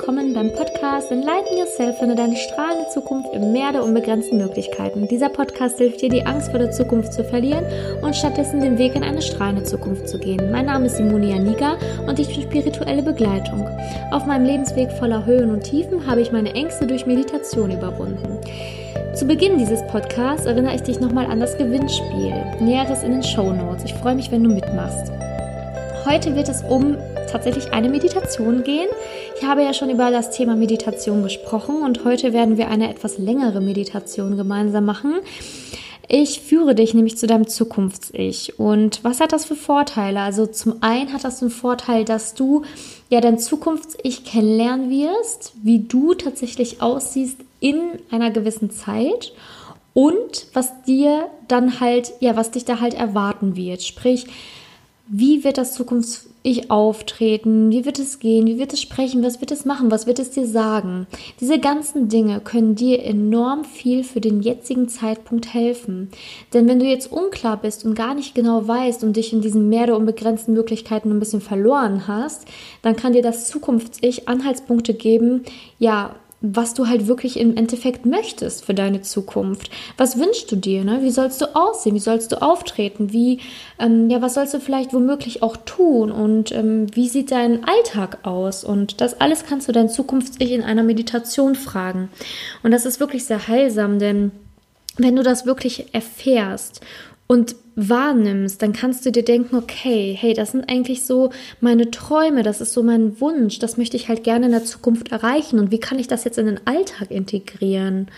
willkommen beim Podcast Enlighten Yourself, finde deine strahlende Zukunft im Meer der unbegrenzten Möglichkeiten. Dieser Podcast hilft dir, die Angst vor der Zukunft zu verlieren und stattdessen den Weg in eine strahlende Zukunft zu gehen. Mein Name ist Simone Janiga und ich bin spirituelle Begleitung. Auf meinem Lebensweg voller Höhen und Tiefen habe ich meine Ängste durch Meditation überwunden. Zu Beginn dieses Podcasts erinnere ich dich nochmal an das Gewinnspiel. Näheres in den Shownotes. Ich freue mich, wenn du mitmachst. Heute wird es um tatsächlich eine Meditation gehen. Ich habe ja schon über das Thema Meditation gesprochen und heute werden wir eine etwas längere Meditation gemeinsam machen. Ich führe dich nämlich zu deinem Zukunfts-Ich. Und was hat das für Vorteile? Also zum einen hat das den Vorteil, dass du ja dein Zukunfts-Ich kennenlernen wirst, wie du tatsächlich aussiehst in einer gewissen Zeit und was dir dann halt, ja, was dich da halt erwarten wird. Sprich, wie wird das Zukunfts-Ich auftreten? Wie wird es gehen? Wie wird es sprechen? Was wird es machen? Was wird es dir sagen? Diese ganzen Dinge können dir enorm viel für den jetzigen Zeitpunkt helfen. Denn wenn du jetzt unklar bist und gar nicht genau weißt und dich in diesem Meer der unbegrenzten Möglichkeiten ein bisschen verloren hast, dann kann dir das Zukunfts-Ich Anhaltspunkte geben, ja, was du halt wirklich im Endeffekt möchtest für deine Zukunft. Was wünschst du dir? Ne? Wie sollst du aussehen? Wie sollst du auftreten? Was sollst du vielleicht womöglich auch tun? Und wie sieht dein Alltag aus? Und das alles kannst du dein Zukunfts-Ich in einer Meditation fragen. Und das ist wirklich sehr heilsam, denn wenn du das wirklich erfährst und wahrnimmst, dann kannst du dir denken, okay, hey, das sind eigentlich so meine Träume, das ist so mein Wunsch, das möchte ich halt gerne in der Zukunft erreichen und wie kann ich das jetzt in den Alltag integrieren?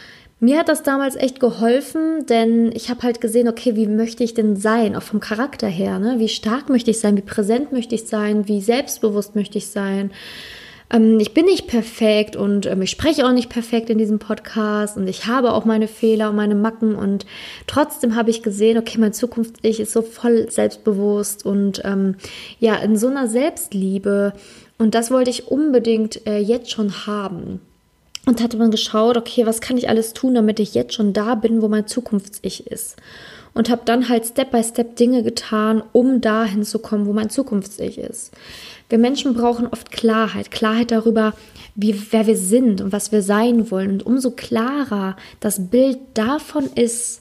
Mir hat das damals echt geholfen, denn ich habe halt gesehen, okay, wie möchte ich denn sein, auch vom Charakter her, ne? Wie stark möchte ich sein, wie präsent möchte ich sein, wie selbstbewusst möchte ich sein. Ich bin nicht perfekt und ich spreche auch nicht perfekt in diesem Podcast und ich habe auch meine Fehler und meine Macken und trotzdem habe ich gesehen, okay, mein Zukunfts-Ich ist so voll selbstbewusst und in so einer Selbstliebe und das wollte ich unbedingt jetzt schon haben. Und hatte man geschaut, okay, was kann ich alles tun, damit ich jetzt schon da bin, wo mein Zukunfts-Ich ist. Und habe dann halt Step by Step Dinge getan, um dahin zu kommen, wo mein Zukunfts-Ich ist. Wir Menschen brauchen oft Klarheit darüber, wer wir sind und was wir sein wollen. Und umso klarer das Bild davon ist,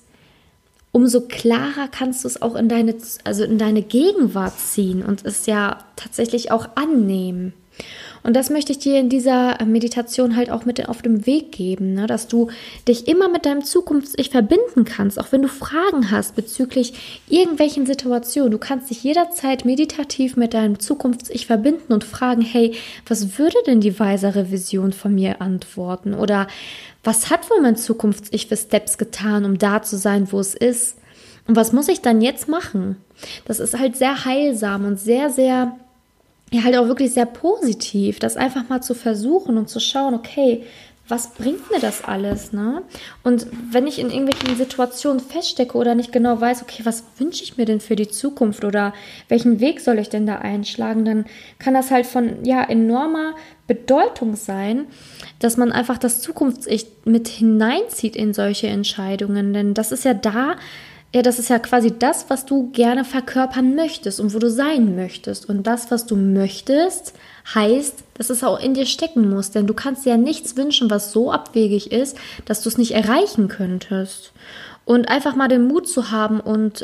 umso klarer kannst du es auch in deine Gegenwart ziehen und es ja tatsächlich auch annehmen. Und das möchte ich dir in dieser Meditation halt auch mit auf dem Weg geben, ne? Dass du dich immer mit deinem Zukunfts-Ich verbinden kannst, auch wenn du Fragen hast bezüglich irgendwelchen Situationen. Du kannst dich jederzeit meditativ mit deinem Zukunfts-Ich verbinden und fragen, hey, was würde denn die weisere Vision von mir antworten? Oder was hat wohl mein Zukunfts-Ich für Steps getan, um da zu sein, wo es ist? Und was muss ich dann jetzt machen? Das ist halt sehr heilsam und sehr, sehr halt auch wirklich sehr positiv, das einfach mal zu versuchen und zu schauen, okay, was bringt mir das alles, ne? Und wenn ich in irgendwelchen Situationen feststecke oder nicht genau weiß, okay, was wünsche ich mir denn für die Zukunft oder welchen Weg soll ich denn da einschlagen, dann kann das halt von, enormer Bedeutung sein, dass man einfach das Zukunfts-Ich mit hineinzieht in solche Entscheidungen, denn das ist das ist ja quasi das, was du gerne verkörpern möchtest und wo du sein möchtest. Und das, was du möchtest, heißt, dass es auch in dir stecken muss. Denn du kannst dir ja nichts wünschen, was so abwegig ist, dass du es nicht erreichen könntest. Und einfach mal den Mut zu haben und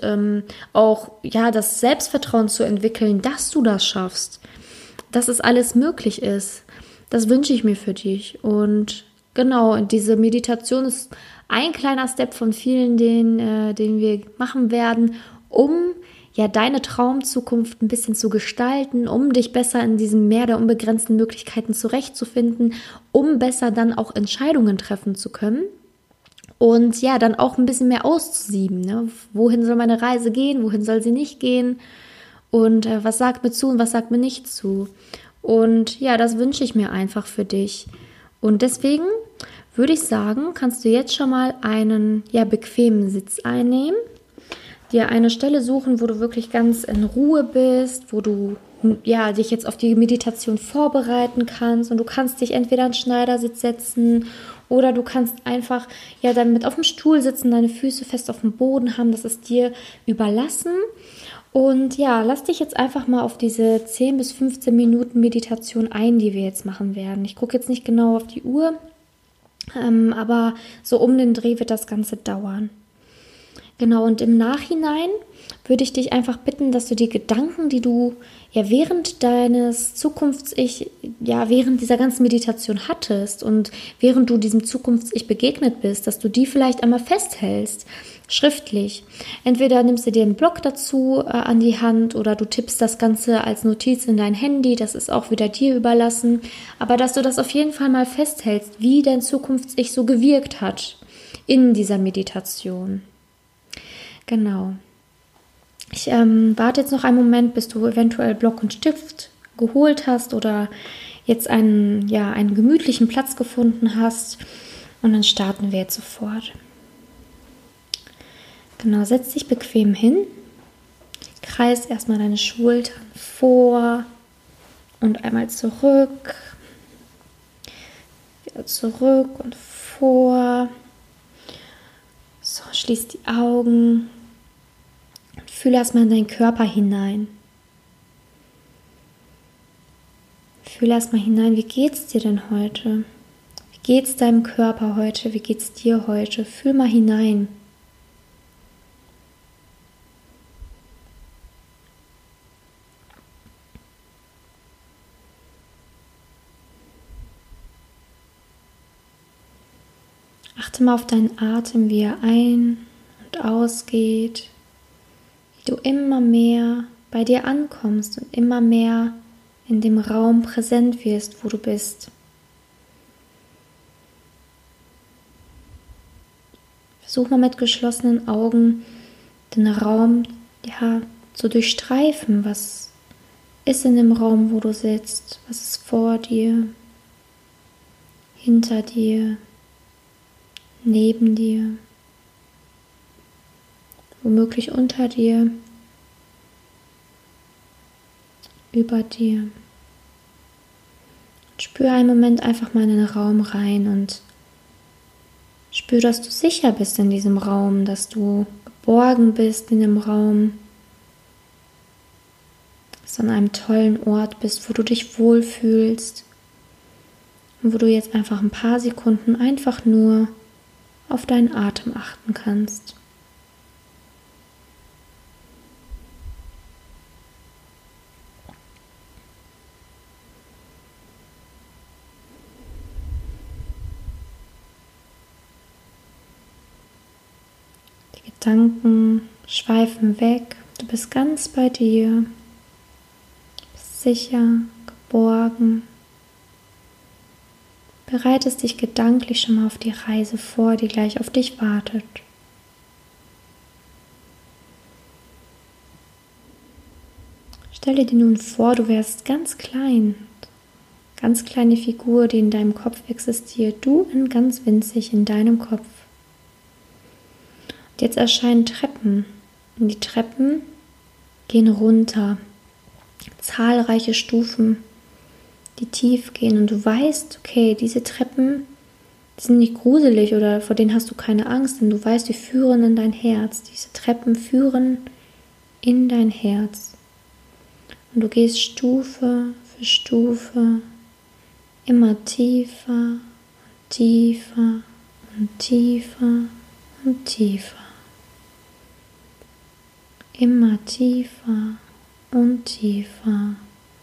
das Selbstvertrauen zu entwickeln, dass du das schaffst. Dass es alles möglich ist. Das wünsche ich mir für dich. Und genau, diese Meditation ist ein kleiner Step von vielen, den wir machen werden, um deine Traumzukunft ein bisschen zu gestalten, um dich besser in diesem Meer der unbegrenzten Möglichkeiten zurechtzufinden, um besser dann auch Entscheidungen treffen zu können und dann auch ein bisschen mehr auszusieben. Ne? Wohin soll meine Reise gehen, wohin soll sie nicht gehen und was sagt mir zu und was sagt mir nicht zu. Und das wünsche ich mir einfach für dich. Und deswegen würde ich sagen, kannst du jetzt schon mal einen bequemen Sitz einnehmen, dir eine Stelle suchen, wo du wirklich ganz in Ruhe bist, wo du dich jetzt auf die Meditation vorbereiten kannst und du kannst dich entweder in Schneidersitz setzen oder du kannst einfach dann mit auf dem Stuhl sitzen, deine Füße fest auf dem Boden haben, das ist dir überlassen Und ja, lass dich jetzt einfach mal auf diese 10 bis 15 Minuten Meditation ein, die wir jetzt machen werden. Ich gucke jetzt nicht genau auf die Uhr, aber so um den Dreh wird das Ganze dauern. Genau, und im Nachhinein würde ich dich einfach bitten, dass du die Gedanken, die du ja während deines Zukunfts-Ich, ja während dieser ganzen Meditation hattest und während du diesem Zukunfts-Ich begegnet bist, dass du die vielleicht einmal festhältst, schriftlich. Entweder nimmst du dir einen Block dazu an die Hand oder du tippst das Ganze als Notiz in dein Handy, das ist auch wieder dir überlassen, aber dass du das auf jeden Fall mal festhältst, wie dein Zukunfts-Ich so gewirkt hat in dieser Meditation. Genau. Ich warte jetzt noch einen Moment, bis du eventuell Block und Stift geholt hast oder jetzt einen gemütlichen Platz gefunden hast. Und dann starten wir jetzt sofort. Genau, setz dich bequem hin. Kreis erstmal deine Schultern vor und einmal zurück. Wieder zurück und vor. So, schließ die Augen. Fühle erstmal in deinen Körper hinein. Fühle erstmal hinein, wie geht's dir denn heute? Wie geht's deinem Körper heute? Wie geht's dir heute? Fühl mal hinein. Achte mal auf deinen Atem, wie er ein- und ausgeht. Wie du immer mehr bei dir ankommst und immer mehr in dem Raum präsent wirst, wo du bist. Versuch mal mit geschlossenen Augen den Raum zu durchstreifen. Was ist in dem Raum, wo du sitzt? Was ist vor dir, hinter dir, neben dir? Womöglich unter dir, über dir. Spür einen Moment einfach mal in den Raum rein und spür, dass du sicher bist in diesem Raum, dass du geborgen bist in dem Raum, dass du an einem tollen Ort bist, wo du dich wohlfühlst und wo du jetzt einfach ein paar Sekunden einfach nur auf deinen Atem achten kannst. Gedanken schweifen weg, du bist ganz bei dir, bist sicher, geborgen, bereitest dich gedanklich schon mal auf die Reise vor, die gleich auf dich wartet. Stelle dir nun vor, du wärst ganz kleine Figur, die in deinem Kopf existiert, du ganz winzig in deinem Kopf. Jetzt erscheinen Treppen und die Treppen gehen runter, zahlreiche Stufen, die tief gehen und du weißt, okay, diese Treppen, die sind nicht gruselig oder vor denen hast du keine Angst, denn du weißt, die führen in dein Herz. Diese Treppen führen in dein Herz und du gehst Stufe für Stufe immer tiefer und tiefer und tiefer und tiefer. Immer tiefer und tiefer.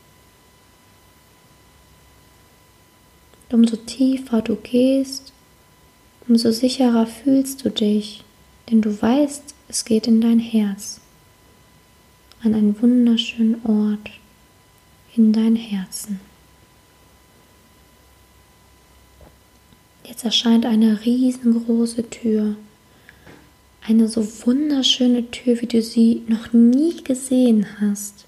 Und umso tiefer du gehst, umso sicherer fühlst du dich, denn du weißt, es geht in dein Herz, an einen wunderschönen Ort, in dein Herzen. Jetzt erscheint eine riesengroße Tür. Eine so wunderschöne Tür, wie du sie noch nie gesehen hast.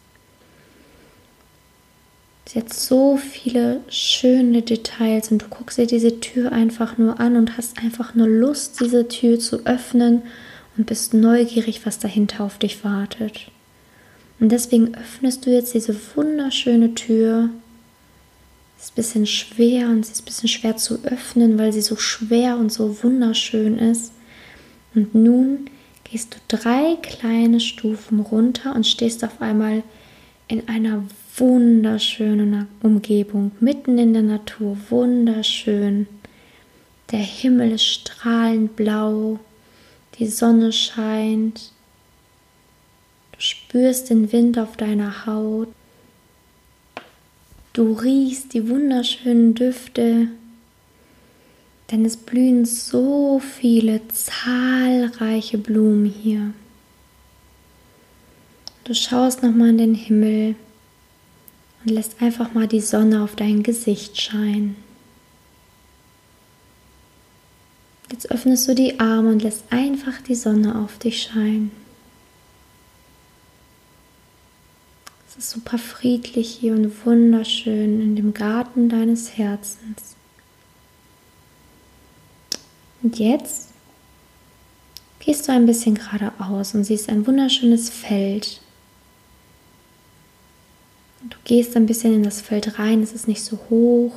Sie hat so viele schöne Details und du guckst dir diese Tür einfach nur an und hast einfach nur Lust, diese Tür zu öffnen und bist neugierig, was dahinter auf dich wartet. Und deswegen öffnest du jetzt diese wunderschöne Tür. Sie ist ein bisschen schwer und sie ist ein bisschen schwer zu öffnen, weil sie so schwer und so wunderschön ist. Und nun gehst du 3 kleine Stufen runter und stehst auf einmal in einer wunderschönen Umgebung, mitten in der Natur, wunderschön. Der Himmel ist strahlend blau, die Sonne scheint, du spürst den Wind auf deiner Haut, du riechst die wunderschönen Düfte, denn es blühen so viele zahlreiche Blumen hier. Du schaust nochmal in den Himmel und lässt einfach mal die Sonne auf dein Gesicht scheinen. Jetzt öffnest du die Arme und lässt einfach die Sonne auf dich scheinen. Es ist super friedlich hier und wunderschön in dem Garten deines Herzens. Und jetzt gehst du ein bisschen geradeaus und siehst ein wunderschönes Feld. Du gehst ein bisschen in das Feld rein, es ist nicht so hoch.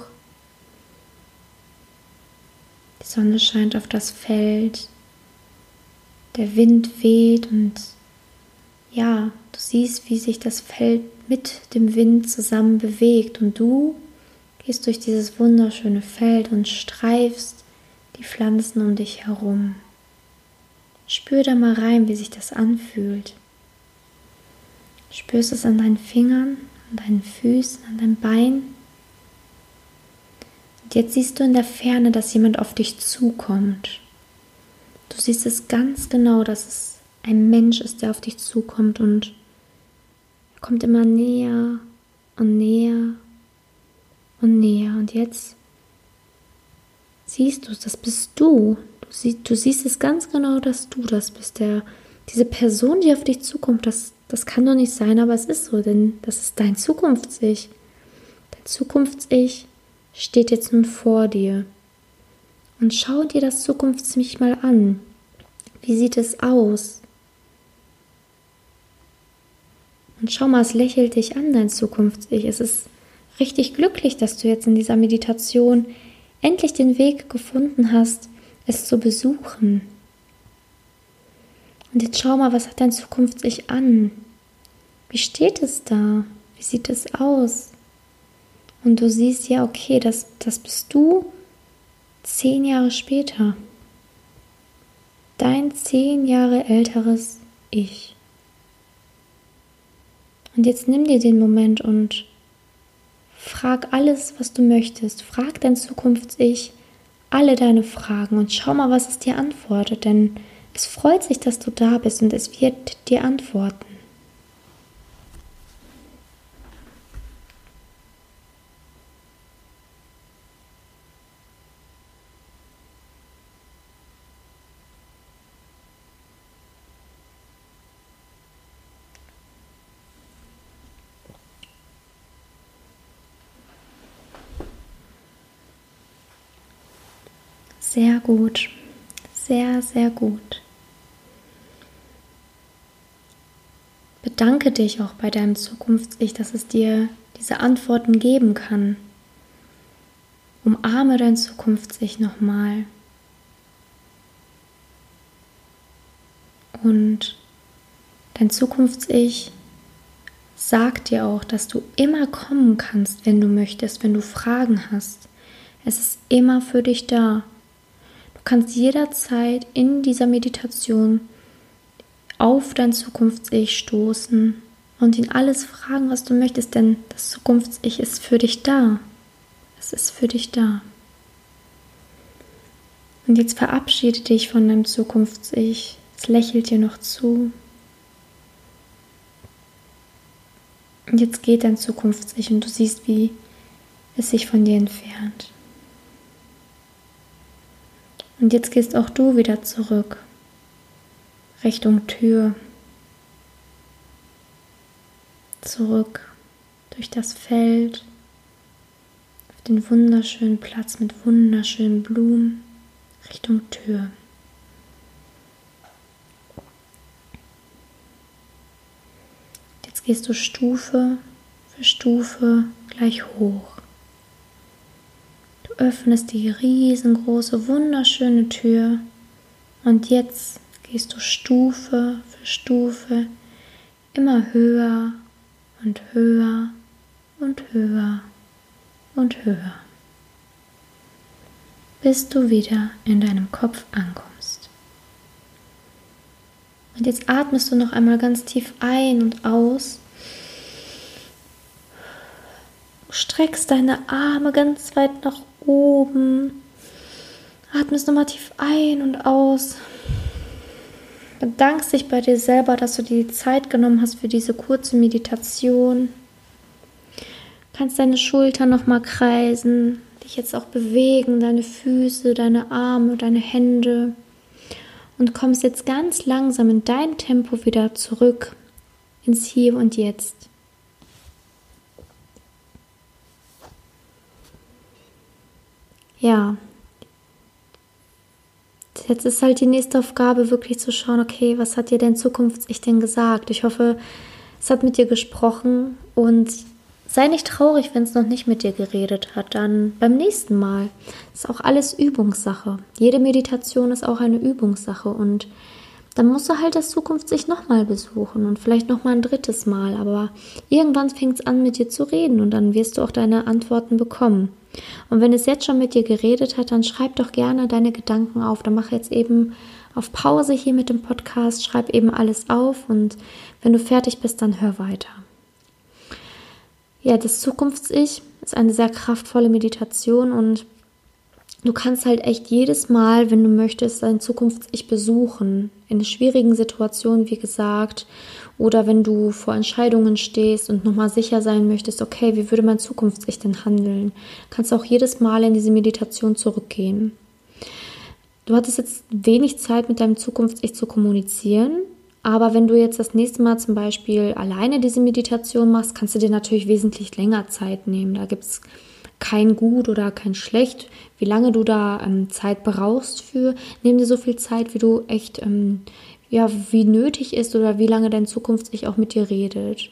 Die Sonne scheint auf das Feld, der Wind weht und ja, du siehst, wie sich das Feld mit dem Wind zusammen bewegt und du gehst durch dieses wunderschöne Feld und streifst die Pflanzen um dich herum. Spür da mal rein, wie sich das anfühlt. Spürst es an deinen Fingern, an deinen Füßen, an deinem Bein. Und jetzt siehst du in der Ferne, dass jemand auf dich zukommt. Du siehst es ganz genau, dass es ein Mensch ist, der auf dich zukommt und er kommt immer näher und näher und näher. Und jetzt siehst du es, das bist du. Du siehst es ganz genau, dass du das bist. Diese Person, die auf dich zukommt, das kann doch nicht sein, aber es ist so, denn das ist dein Zukunfts-Ich. Dein Zukunfts-Ich steht jetzt nun vor dir. Und schau dir das Zukunfts-Ich mal an. Wie sieht es aus? Und schau mal, es lächelt dich an, dein Zukunfts-Ich. Es ist richtig glücklich, dass du jetzt in dieser Meditation endlich den Weg gefunden hast, es zu besuchen. Und jetzt schau mal, was hat dein Zukunfts-Ich an? Wie steht es da? Wie sieht es aus? Und du siehst ja, okay, das bist du 10 Jahre später. Dein 10 Jahre älteres Ich. Und jetzt nimm dir den Moment und frag alles, was du möchtest. Frag dein Zukunfts-Ich alle deine Fragen und schau mal, was es dir antwortet, denn es freut sich, dass du da bist und es wird dir antworten. Sehr gut, sehr, sehr gut. Bedanke dich auch bei deinem Zukunfts-Ich, dass es dir diese Antworten geben kann. Umarme dein Zukunfts-Ich nochmal. Und dein Zukunfts-Ich sagt dir auch, dass du immer kommen kannst, wenn du möchtest, wenn du Fragen hast. Es ist immer für dich da. Du kannst jederzeit in dieser Meditation auf dein Zukunfts-Ich stoßen und ihn alles fragen, was du möchtest, denn das Zukunfts-Ich ist für dich da. Es ist für dich da. Und jetzt verabschiede dich von deinem Zukunfts-Ich. Es lächelt dir noch zu. Und jetzt geht dein Zukunfts-Ich und du siehst, wie es sich von dir entfernt. Und jetzt gehst auch du wieder zurück, Richtung Tür, zurück durch das Feld, auf den wunderschönen Platz mit wunderschönen Blumen, Richtung Tür. Jetzt gehst du Stufe für Stufe gleich hoch. Du öffnest die riesengroße, wunderschöne Tür und jetzt gehst du Stufe für Stufe immer höher und höher und höher und höher, bis du wieder in deinem Kopf ankommst. Und jetzt atmest du noch einmal ganz tief ein und aus. Streckst deine Arme ganz weit nach oben. Atmest nochmal tief ein und aus. Bedankst dich bei dir selber, dass du dir die Zeit genommen hast für diese kurze Meditation. Kannst deine Schultern nochmal kreisen, dich jetzt auch bewegen, deine Füße, deine Arme, deine Hände. Und kommst jetzt ganz langsam in dein Tempo wieder zurück ins Hier und Jetzt. Ja, jetzt ist halt die nächste Aufgabe, wirklich zu schauen, okay, was hat dir dein Zukunfts-Ich denn gesagt? Ich hoffe, es hat mit dir gesprochen und sei nicht traurig, wenn es noch nicht mit dir geredet hat, dann beim nächsten Mal. Das ist auch alles Übungssache. Jede Meditation ist auch eine Übungssache und dann musst du halt das Zukunfts-Ich nochmal besuchen und vielleicht nochmal ein drittes Mal, aber irgendwann fängt es an, mit dir zu reden und dann wirst du auch deine Antworten bekommen. Und wenn es jetzt schon mit dir geredet hat, dann schreib doch gerne deine Gedanken auf. Dann mach jetzt eben auf Pause hier mit dem Podcast, schreib eben alles auf und wenn du fertig bist, dann hör weiter. Ja, das Zukunfts-Ich ist eine sehr kraftvolle Meditation und du kannst halt echt jedes Mal, wenn du möchtest, dein Zukunfts-Ich besuchen. In schwierigen Situationen, wie gesagt, oder wenn du vor Entscheidungen stehst und nochmal sicher sein möchtest, okay, wie würde mein Zukunfts-Ich denn handeln? Kannst du auch jedes Mal in diese Meditation zurückgehen. Du hattest jetzt wenig Zeit, mit deinem Zukunfts-Ich zu kommunizieren, aber wenn du jetzt das nächste Mal zum Beispiel alleine diese Meditation machst, kannst du dir natürlich wesentlich länger Zeit nehmen. Da gibt es kein Gut oder kein Schlecht, wie lange du da Zeit brauchst für. Nimm dir so viel Zeit, wie du echt, wie nötig ist oder wie lange dein Zukunfts-Ich auch mit dir redet.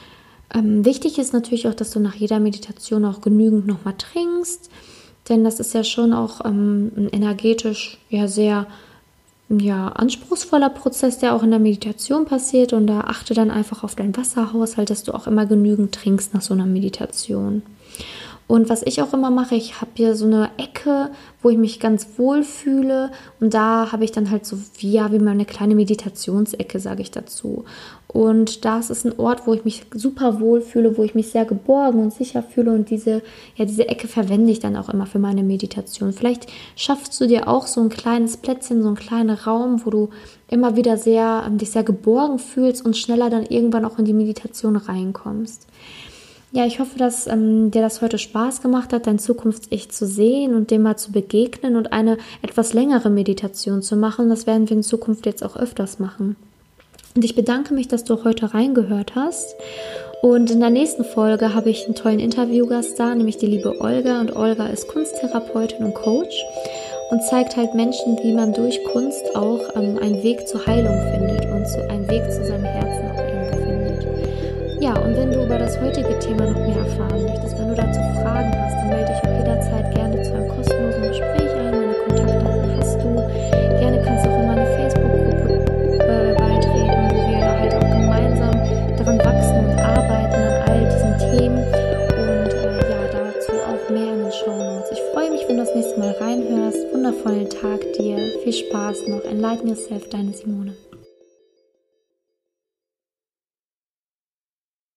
Wichtig ist natürlich auch, dass du nach jeder Meditation auch genügend nochmal trinkst, denn das ist ja schon auch ein energetisch sehr anspruchsvoller Prozess, der auch in der Meditation passiert und da achte dann einfach auf deinen Wasserhaushalt, dass du auch immer genügend trinkst nach so einer Meditation. Und was ich auch immer mache, ich habe hier so eine Ecke, wo ich mich ganz wohl fühle und da habe ich dann halt so wie meine kleine Meditationsecke, sage ich dazu. Und das ist ein Ort, wo ich mich super wohl fühle, wo ich mich sehr geborgen und sicher fühle und diese Ecke verwende ich dann auch immer für meine Meditation. Vielleicht schaffst du dir auch so ein kleines Plätzchen, so einen kleinen Raum, wo du immer wieder dich sehr geborgen fühlst und schneller dann irgendwann auch in die Meditation reinkommst. Ja, ich hoffe, dass dir das heute Spaß gemacht hat, dein Zukunfts-Ich zu sehen und dem mal zu begegnen und eine etwas längere Meditation zu machen. Das werden wir in Zukunft jetzt auch öfters machen. Und ich bedanke mich, dass du heute reingehört hast. Und in der nächsten Folge habe ich einen tollen Interviewgast da, nämlich die liebe Olga. Und Olga ist Kunsttherapeutin und Coach und zeigt halt Menschen, wie man durch Kunst auch einen Weg zur Heilung findet und einen Weg zu seinem Herzen auch irgendwo findet. Ja, und wenn du über das heutige Thema noch mehr erfahren möchtest, wenn du dazu Fragen hast, dann melde dich auch jederzeit gerne zu einem kostenlosen Gespräch ein. Meine Kontaktdaten hast du. Gerne kannst du auch in meine Facebook-Gruppe beitreten, wo wir halt auch gemeinsam daran wachsen und arbeiten an all diesen Themen. Und dazu auch mehr in den Shownotes. Ich freue mich, wenn du das nächste Mal reinhörst. Wundervollen Tag dir. Viel Spaß noch. Enlighten Yourself, deine Simone.